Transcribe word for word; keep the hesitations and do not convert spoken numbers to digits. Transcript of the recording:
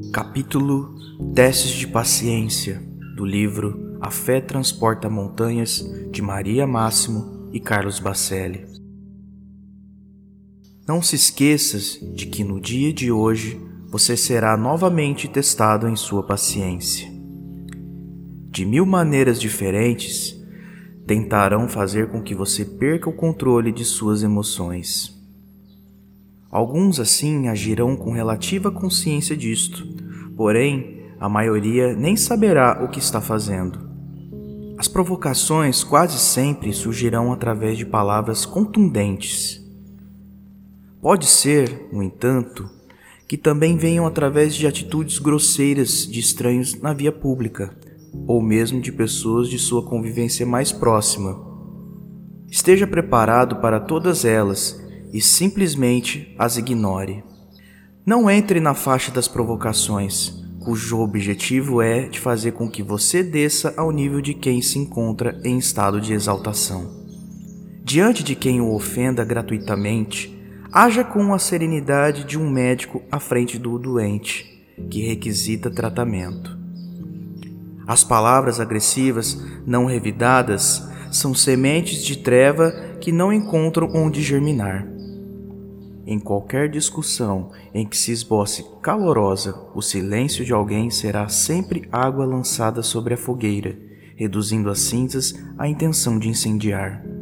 Capítulo Testes de Paciência, do livro A Fé Transporta Montanhas, de Maria Máximo e Carlos Bacelli. Não se esqueças de que no dia de hoje você será novamente testado em sua paciência. De mil maneiras diferentes, tentarão fazer com que você perca o controle de suas emoções. Alguns assim agirão com relativa consciência disto, porém a maioria nem saberá o que está fazendo. As provocações quase sempre surgirão através de palavras contundentes. Pode ser, no entanto, que também venham através de atitudes grosseiras de estranhos na via pública, ou mesmo de pessoas de sua convivência mais próxima. Esteja preparado para todas elas e simplesmente as ignore. Não entre na faixa das provocações, cujo objetivo é de fazer com que você desça ao nível de quem se encontra em estado de exaltação. Diante de quem o ofenda gratuitamente, haja com a serenidade de um médico à frente do doente, que requisita tratamento. As palavras agressivas não revidadas são sementes de treva que não encontram onde germinar. Em qualquer discussão em que se esboce calorosa, o silêncio de alguém será sempre água lançada sobre a fogueira, reduzindo as cinzas à intenção de incendiar.